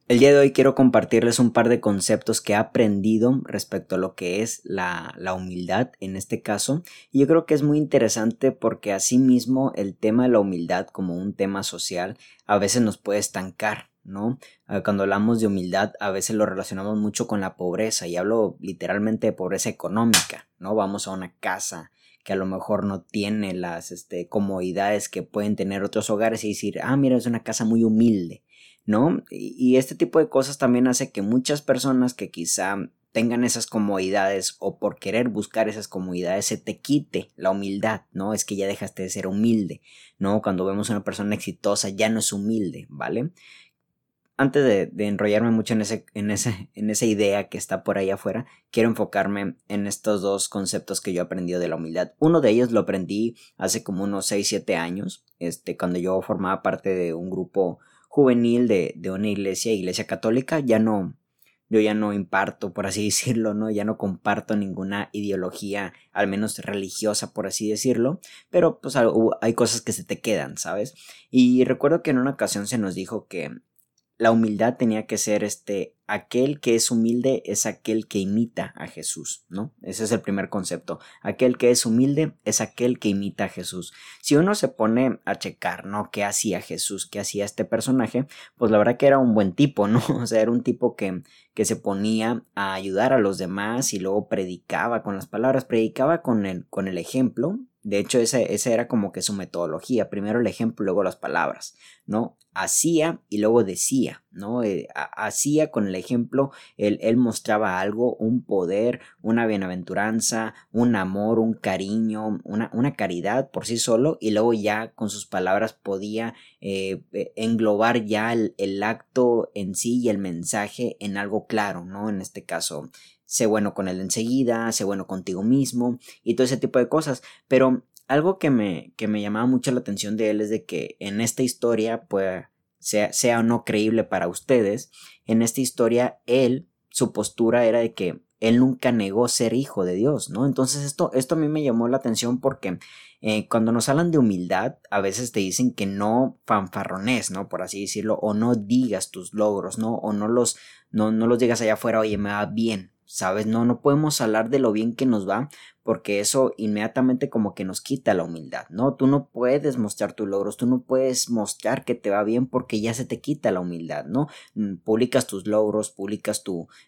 El día de hoy quiero compartirles un par de conceptos que he aprendido respecto a lo que es la humildad en este caso. Y yo creo que es muy interesante porque asimismo el tema de la humildad como un tema social a veces nos puede estancar, ¿no? Cuando hablamos de humildad a veces lo relacionamos mucho con la pobreza y hablo literalmente de pobreza económica, ¿no? Vamos a una casa que a lo mejor no tiene las comodidades que pueden tener otros hogares y decir, mira, es una casa muy humilde, ¿no? Y este tipo de cosas también hace que muchas personas que quizá tengan esas comodidades o por querer buscar esas comodidades se te quite la humildad, ¿no? Es que ya dejaste de ser humilde, ¿no? Cuando vemos a una persona exitosa ya no es humilde, ¿vale? Antes de enrollarme mucho en esa idea que está por ahí afuera, quiero enfocarme en estos dos conceptos que yo he aprendido de la humildad. Uno de ellos lo aprendí hace como unos 6-7 años, cuando yo formaba parte de un grupo juvenil de una iglesia católica. Yo ya no imparto, por así decirlo, ¿no? Ya no comparto ninguna ideología, al menos religiosa, por así decirlo, pero pues hay cosas que se te quedan, ¿sabes? Y recuerdo que en una ocasión se nos dijo que la humildad tenía que ser aquel que es humilde es aquel que imita a Jesús, ¿no? Ese es el primer concepto. Aquel que es humilde es aquel que imita a Jesús. Si uno se pone a checar, ¿no? ¿Qué hacía Jesús? ¿Qué hacía este personaje? Pues la verdad que era un buen tipo, ¿no? O sea, era un tipo que se ponía a ayudar a los demás y luego predicaba con las palabras, predicaba con el ejemplo. De hecho, esa era como que su metodología. Primero el ejemplo, luego las palabras, ¿no? Hacía y luego decía, ¿no? Hacía con el ejemplo, él mostraba algo, un poder, una bienaventuranza, un amor, un cariño, una caridad por sí solo, y luego ya con sus palabras podía englobar ya el acto en sí y el mensaje en algo claro, ¿no? En este caso, sé bueno con él enseguida, sé bueno contigo mismo y todo ese tipo de cosas, pero algo que me llamaba mucho la atención de él es de que en esta historia, pues, sea o no creíble para ustedes, en esta historia su postura era de que él nunca negó ser hijo de Dios, ¿no? Entonces esto a mí me llamó la atención porque cuando nos hablan de humildad, a veces te dicen que no fanfarrones, ¿no? Por así decirlo, o no digas tus logros, ¿no? O no los digas allá afuera, oye, me va bien, ¿sabes? No podemos hablar de lo bien que nos va porque eso inmediatamente como que nos quita la humildad, ¿no? Tú no puedes mostrar tus logros, tú no puedes mostrar que te va bien porque ya se te quita la humildad, ¿no? Publicas tus logros, publicas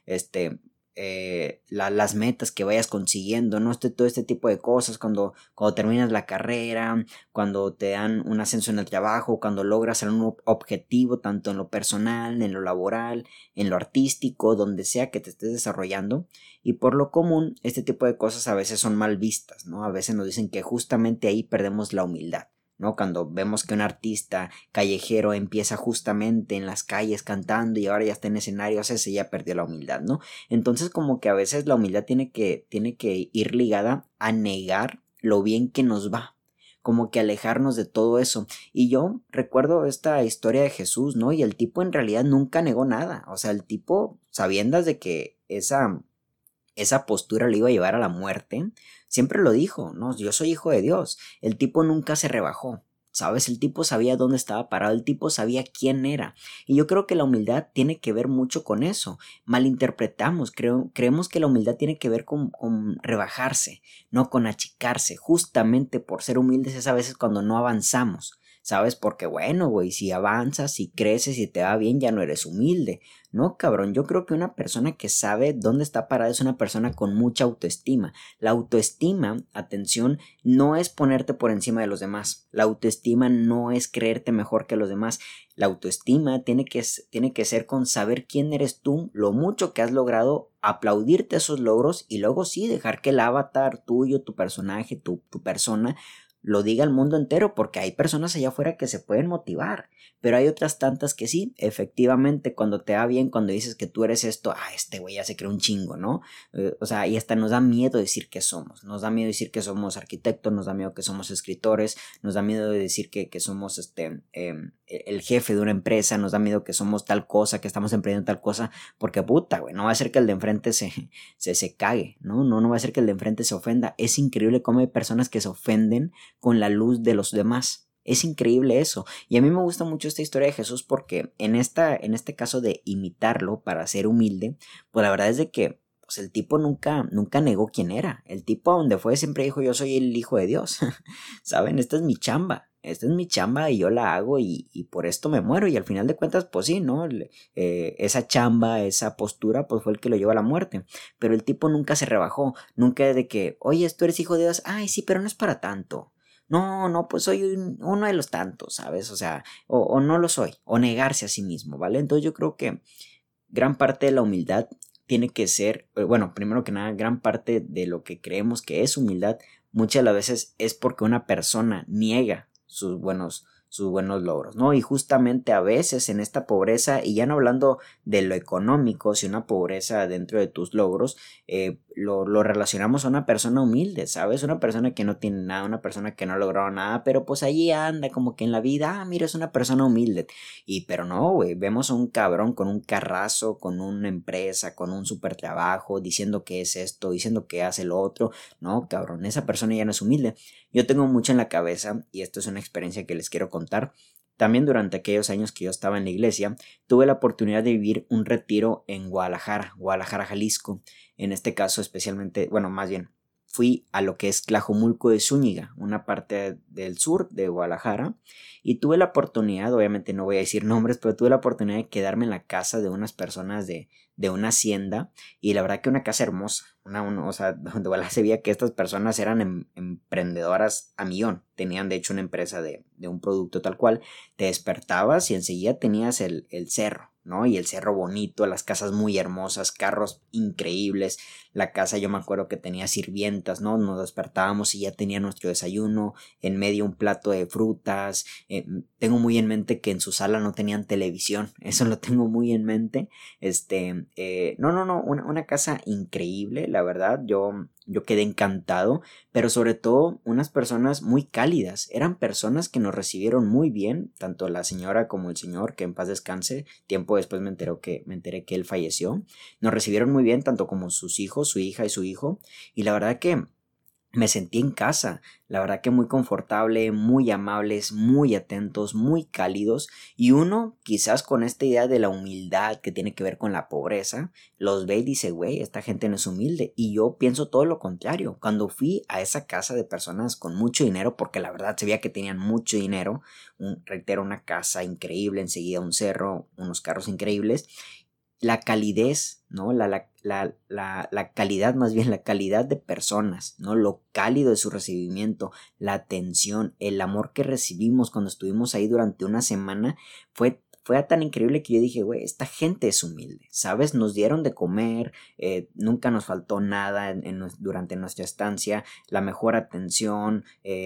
las metas que vayas consiguiendo, ¿no? Todo este tipo de cosas, cuando terminas la carrera, cuando te dan un ascenso en el trabajo, cuando logras un objetivo, tanto en lo personal, en lo laboral, en lo artístico, donde sea que te estés desarrollando. Y por lo común, este tipo de cosas a veces son mal vistas, ¿no? A veces nos dicen que justamente ahí perdemos la humildad, ¿no? Cuando vemos que un artista callejero empieza justamente en las calles cantando y ahora ya está en escenarios, ese ya perdió la humildad, ¿no? Entonces como que a veces la humildad tiene que ir ligada a negar lo bien que nos va, como que alejarnos de todo eso. Y yo recuerdo esta historia de Jesús, ¿no? Y el tipo en realidad nunca negó nada, o sea, el tipo, sabiendas de que esa postura le iba a llevar a la muerte, siempre lo dijo, ¿no? Yo soy hijo de Dios. El tipo nunca se rebajó, ¿sabes? El tipo sabía dónde estaba parado, el tipo sabía quién era. Y yo creo que la humildad tiene que ver mucho con eso. Malinterpretamos, creemos que la humildad tiene que ver con rebajarse, no con achicarse. Justamente por ser humildes es a veces cuando no avanzamos. ¿Sabes? Porque bueno, güey, si avanzas, si creces, si te va bien, ya no eres humilde. No, cabrón, yo creo que una persona que sabe dónde está parada es una persona con mucha autoestima. La autoestima, atención, no es ponerte por encima de los demás. La autoestima no es creerte mejor que los demás. La autoestima tiene que ser con saber quién eres tú, lo mucho que has logrado, aplaudirte esos logros y luego sí dejar que el avatar tuyo, tu personaje, tu persona lo diga al mundo entero, porque hay personas allá afuera que se pueden motivar, pero hay otras tantas que sí, efectivamente, cuando te va bien, cuando dices que tú eres esto, este güey ya se cree un chingo, ¿no? O sea, y hasta nos da miedo decir que somos, nos da miedo decir que somos arquitectos, nos da miedo que somos escritores, nos da miedo de decir que somos el jefe de una empresa, nos da miedo que somos tal cosa, que estamos emprendiendo tal cosa, porque puta, güey, no va a ser que el de enfrente se cague, ¿no? No va a ser que el de enfrente se ofenda. Es increíble cómo hay personas que se ofenden con la luz de los demás. Es increíble eso. Y a mí me gusta mucho esta historia de Jesús porque en este caso de imitarlo para ser humilde, pues la verdad es de que pues el tipo nunca negó quién era. El tipo a donde fue siempre dijo yo soy el hijo de Dios. ¿Saben? Esta es mi chamba. Esta es mi chamba y yo la hago y por esto me muero. Y al final de cuentas, pues sí, ¿no? Esa chamba, esa postura, pues fue el que lo llevó a la muerte. Pero el tipo nunca se rebajó. Nunca de que, oye, tú eres hijo de Dios. Ay, sí, pero no es para tanto. No, no, pues soy uno de los tantos, ¿sabes? O sea, o no lo soy, o negarse a sí mismo, ¿vale? Entonces yo creo que gran parte de la humildad tiene que ser, bueno, primero que nada, gran parte de lo que creemos que es humildad, muchas de las veces es porque una persona niega sus buenos logros, ¿no? Y justamente a veces en esta pobreza, y ya no hablando de lo económico, si una pobreza dentro de tus logros, lo relacionamos a una persona humilde, ¿sabes? Una persona que no tiene nada, una persona que no ha logrado nada, pero pues allí anda como que en la vida, mira, es una persona humilde. Y pero no, güey, vemos a un cabrón con un carrazo, con una empresa, con un super trabajo, diciendo que es esto, diciendo que hace lo otro. No, cabrón, esa persona ya no es humilde. Yo tengo mucho en la cabeza, y esto es una experiencia que les quiero contar. También durante aquellos años que yo estaba en la iglesia, tuve la oportunidad de vivir un retiro en Guadalajara, Jalisco. En este caso especialmente, bueno, más bien, fui a lo que es Tlajomulco de Zúñiga, una parte del sur de Guadalajara, y tuve la oportunidad, obviamente no voy a decir nombres, pero tuve la oportunidad de quedarme en la casa de unas personas de una hacienda, y la verdad que una casa hermosa, o sea, donde se veía que estas personas eran emprendedoras a millón, tenían de hecho una empresa de un producto tal cual, te despertabas y enseguida tenías el cerro, ¿no? Y el cerro bonito, las casas muy hermosas, carros increíbles, la casa yo me acuerdo que tenía sirvientas, ¿no? Nos despertábamos y ya tenía nuestro desayuno, en medio un plato de frutas, tengo muy en mente que en su sala no tenían televisión, eso lo tengo muy en mente, no, una casa increíble, la verdad, yo quedé encantado, pero sobre todo unas personas muy cálidas, eran personas que nos recibieron muy bien, tanto la señora como el señor, que en paz descanse, tiempo después me enteré que él falleció, nos recibieron muy bien, tanto como sus hijos, su hija y su hijo, y la verdad que me sentí en casa, la verdad que muy confortable, muy amables, muy atentos, muy cálidos y uno quizás con esta idea de la humildad que tiene que ver con la pobreza, los ve y dice, güey, esta gente no es humilde y yo pienso todo lo contrario. Cuando fui a esa casa de personas con mucho dinero, porque la verdad se veía que tenían mucho dinero, reitero, una casa increíble, enseguida un cerro, unos carros increíbles, la calidez, ¿no? La calidad, más bien la calidad de personas, ¿no? Lo cálido de su recibimiento, la atención, el amor que recibimos cuando estuvimos ahí durante una semana fue tan increíble que yo dije, güey, esta gente es humilde, ¿sabes? Nos dieron de comer, nunca nos faltó nada durante nuestra estancia, la mejor atención,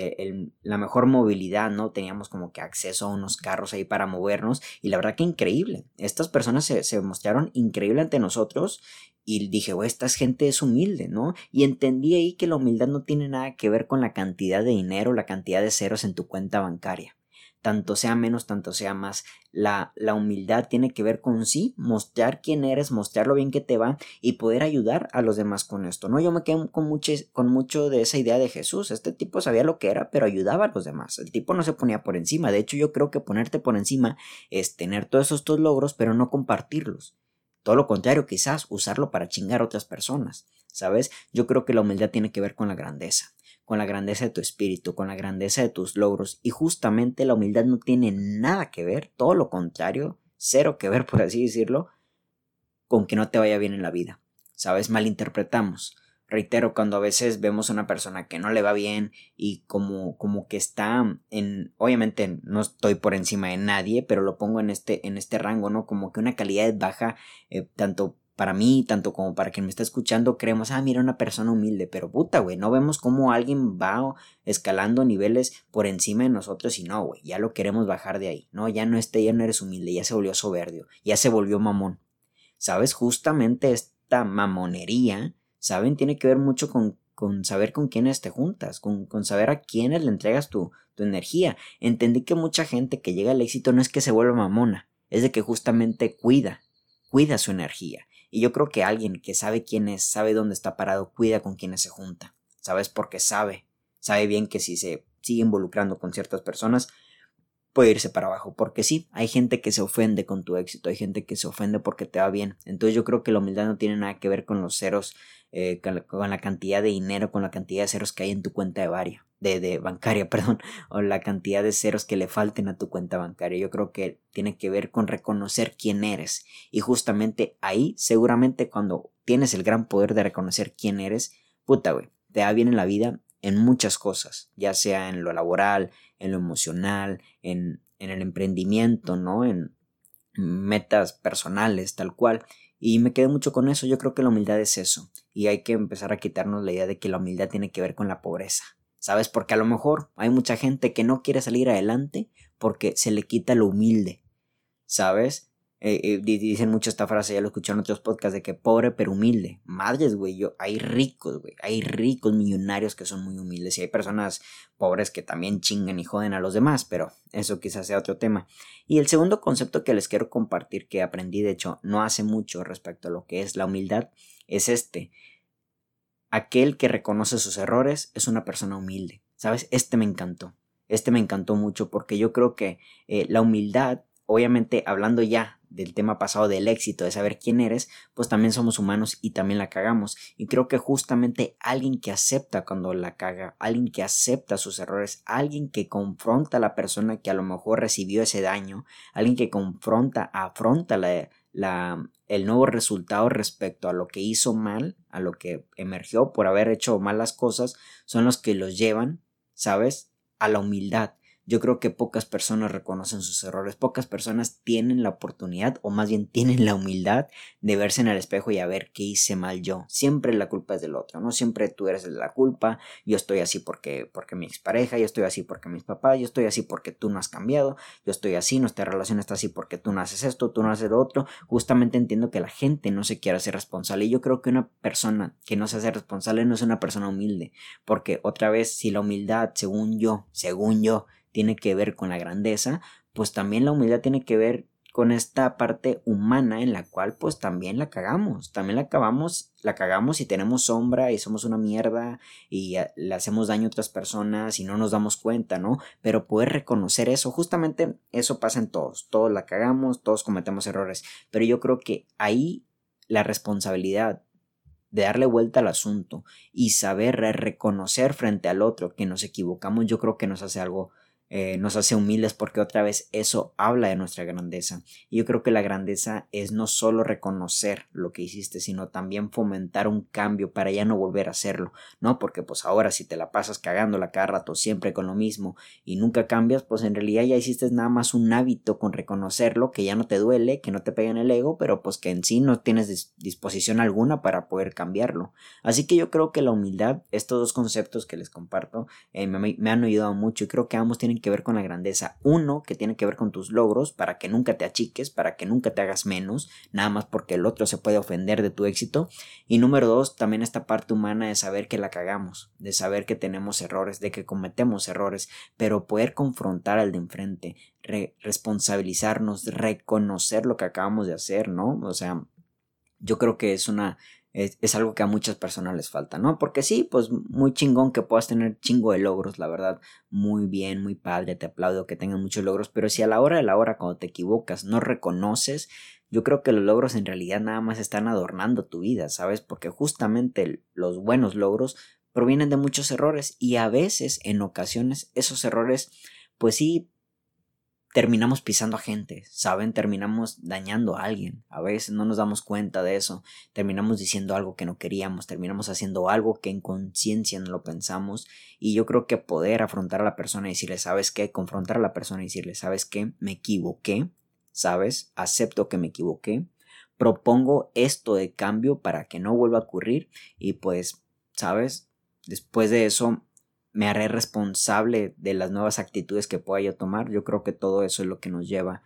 la mejor movilidad, ¿no? Teníamos como que acceso a unos carros ahí para movernos y la verdad que increíble. Estas personas se mostraron increíble ante nosotros y dije, güey, esta gente es humilde, ¿no? Y entendí ahí que la humildad no tiene nada que ver con la cantidad de dinero, la cantidad de ceros en tu cuenta bancaria. Tanto sea menos, tanto sea más. La humildad tiene que ver con sí, mostrar quién eres, mostrar lo bien que te va y poder ayudar a los demás con esto, ¿no? Yo me quedé con mucho de esa idea de Jesús. Este tipo sabía lo que era, pero ayudaba a los demás. El tipo no se ponía por encima. De hecho, yo creo que ponerte por encima es tener todos estos logros, pero no compartirlos. Todo lo contrario, quizás usarlo para chingar a otras personas, ¿sabes? Yo creo que la humildad tiene que ver con la grandeza de tu espíritu, con la grandeza de tus logros. Y justamente la humildad no tiene nada que ver, todo lo contrario, cero que ver, por así decirlo, con que no te vaya bien en la vida. ¿Sabes? Malinterpretamos. Reitero, cuando a veces vemos a una persona que no le va bien y como que está obviamente no estoy por encima de nadie, pero lo pongo en este rango, ¿no? Como que una calidad baja, tanto para mí, tanto como para quien me está escuchando, creemos, mira, una persona humilde, pero puta, güey, no vemos cómo alguien va escalando niveles por encima de nosotros y no, güey, ya lo queremos bajar de ahí, no, ya no eres humilde, ya se volvió soberbio, ya se volvió mamón, ¿sabes? Justamente esta mamonería, ¿saben? Tiene que ver mucho con saber con quiénes te juntas, con saber a quiénes le entregas tu energía. Entendí que mucha gente que llega al éxito no es que se vuelva mamona, es de que justamente cuida su energía. Y yo creo que alguien que sabe quién es, sabe dónde está parado, cuida con quienes se junta, ¿sabes? Porque sabe bien que si se sigue involucrando con ciertas personas, puede irse para abajo, porque sí, hay gente que se ofende con tu éxito, hay gente que se ofende porque te va bien. Entonces yo creo que la humildad no tiene nada que ver con los ceros, con la cantidad de dinero, con la cantidad de ceros que hay en tu cuenta de bancaria, perdón, o la cantidad de ceros que le falten a tu cuenta bancaria. Yo creo que tiene que ver con reconocer quién eres, y justamente ahí, seguramente cuando tienes el gran poder de reconocer quién eres, puta, güey, te va bien en la vida en muchas cosas, ya sea en lo laboral, en lo emocional, en el emprendimiento, ¿no? En metas personales, tal cual. Y me quedé mucho con eso. Yo creo que la humildad es eso. Y hay que empezar a quitarnos la idea de que la humildad tiene que ver con la pobreza. ¿Sabes? Porque a lo mejor hay mucha gente que no quiere salir adelante porque se le quita lo humilde. ¿Sabes? Dicen mucho esta frase, ya lo escuché en otros podcasts, de que pobre pero humilde. Madres, güey, hay ricos, güey. Hay ricos millonarios que son muy humildes. Y hay personas pobres que también chingan y joden a los demás, pero eso quizás sea otro tema. Y el segundo concepto que les quiero compartir, que aprendí de hecho no hace mucho respecto a lo que es la humildad, es este. Aquel que reconoce sus errores es una persona humilde. ¿Sabes? Este me encantó. Este me encantó mucho porque yo creo que la humildad, obviamente hablando ya del tema pasado del éxito, de saber quién eres, pues también somos humanos y también la cagamos. Y creo que justamente alguien que acepta cuando la caga, alguien que acepta sus errores, alguien que confronta a la persona que a lo mejor recibió ese daño, alguien que afronta el nuevo resultado respecto a lo que hizo mal, a lo que emergió por haber hecho malas cosas, son los que los llevan, ¿sabes?, a la humildad. Yo creo que pocas personas reconocen sus errores, pocas personas tienen la oportunidad, o más bien tienen la humildad de verse en el espejo y a ver qué hice mal yo. Siempre la culpa es del otro, no siempre tú eres el de la culpa. Yo estoy así porque mi expareja, yo estoy así porque mis papás, yo estoy así porque tú no has cambiado, yo estoy así, nuestra relación está así porque tú no haces esto, tú no haces lo otro. Justamente entiendo que la gente no se quiere hacer responsable, y yo creo que una persona que no se hace responsable no es una persona humilde, porque otra vez, si la humildad, según yo, tiene que ver con la grandeza, pues también la humildad tiene que ver con esta parte humana en la cual pues también la cagamos, la cagamos y tenemos sombra y somos una mierda y le hacemos daño a otras personas y no nos damos cuenta, ¿no? Pero poder reconocer eso, justamente eso pasa en todos la cagamos, todos cometemos errores, pero yo creo que ahí la responsabilidad de darle vuelta al asunto y saber reconocer frente al otro que nos equivocamos, yo creo que nos hace humildes, porque otra vez eso habla de nuestra grandeza. Y yo creo que la grandeza es no solo reconocer lo que hiciste, sino también fomentar un cambio para ya no volver a hacerlo, ¿no? Porque pues ahora si te la pasas cagándola cada rato siempre con lo mismo y nunca cambias, pues en realidad ya hiciste nada más un hábito con reconocerlo, que ya no te duele, que no te pega en el ego, pero pues que en sí no tienes disposición alguna para poder cambiarlo. Así que yo creo que la humildad, estos dos conceptos que les comparto, me han ayudado mucho, y creo que ambos tienen que ver con la grandeza. Uno, que tiene que ver con tus logros, para que nunca te achiques, para que nunca te hagas menos, nada más porque el otro se puede ofender de tu éxito. Y número dos, también esta parte humana de saber que la cagamos, de saber que tenemos errores, de que cometemos errores, pero poder confrontar al de enfrente, responsabilizarnos, reconocer lo que acabamos de hacer, ¿no? O sea, yo creo que es algo que a muchas personas les falta, ¿no? Porque sí, pues muy chingón que puedas tener chingo de logros, la verdad, muy bien, muy padre, te aplaudo que tengan muchos logros, pero si a la hora de la hora, cuando te equivocas, no reconoces, yo creo que los logros en realidad nada más están adornando tu vida, ¿sabes? Porque justamente los buenos logros provienen de muchos errores, y a veces, en ocasiones, esos errores, pues sí, terminamos pisando a gente, ¿saben? Terminamos dañando a alguien. A veces no nos damos cuenta de eso. Terminamos diciendo algo que no queríamos. Terminamos haciendo algo que en conciencia no lo pensamos. Y yo creo que poder afrontar a la persona y decirle, ¿sabes qué? Confrontar a la persona y decirle, ¿sabes qué? Me equivoqué, ¿sabes? Acepto que me equivoqué. Propongo esto de cambio para que no vuelva a ocurrir. Y pues, ¿sabes? Después de eso me haré responsable de las nuevas actitudes que pueda yo tomar. Yo creo que todo eso es lo que nos lleva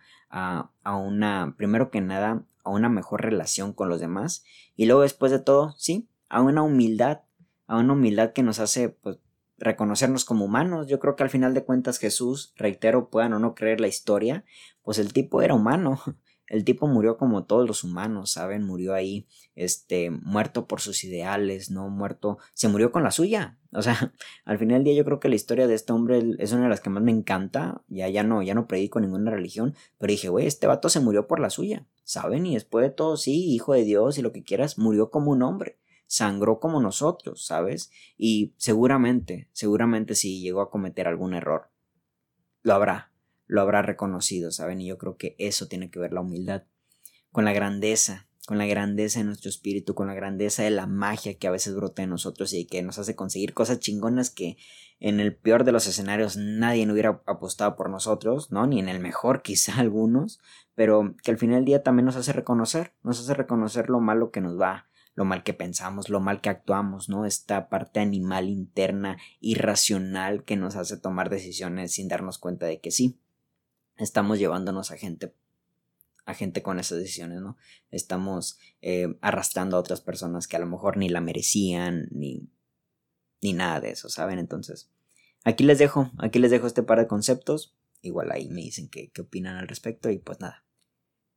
primero que nada, a una mejor relación con los demás, y luego después de todo, sí, a una humildad que nos hace pues reconocernos como humanos. Yo creo que al final de cuentas Jesús, reitero, puedan o no creer la historia, pues el tipo era humano. El tipo murió como todos los humanos, ¿saben? Murió ahí, muerto por sus ideales, no muerto, se murió con la suya. O sea, al final del día yo creo que la historia de este hombre es una de las que más me encanta. Ya no predico ninguna religión, pero dije, güey, este vato se murió por la suya, ¿saben? Y después de todo, sí, hijo de Dios y lo que quieras, murió como un hombre. Sangró como nosotros, ¿sabes? Y seguramente si llegó a cometer algún error, lo habrá reconocido, ¿saben? Y yo creo que eso tiene que ver la humildad con la grandeza de nuestro espíritu, con la grandeza de la magia que a veces brota en nosotros y que nos hace conseguir cosas chingonas que en el peor de los escenarios nadie hubiera apostado por nosotros, ¿no? Ni en el mejor, quizá algunos, pero que al final del día también nos hace reconocer lo malo que nos va, lo mal que pensamos, lo mal que actuamos, ¿no? Esta parte animal interna, irracional, que nos hace tomar decisiones sin darnos cuenta de que sí, estamos llevándonos a gente con esas decisiones, ¿no? Estamos arrastrando a otras personas que a lo mejor ni la merecían, ni nada de eso, ¿saben? Entonces, aquí les dejo este par de conceptos. Igual ahí me dicen qué opinan al respecto y pues nada.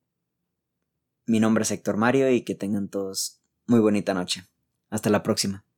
Mi nombre es Héctor Mario y que tengan todos muy bonita noche. Hasta la próxima.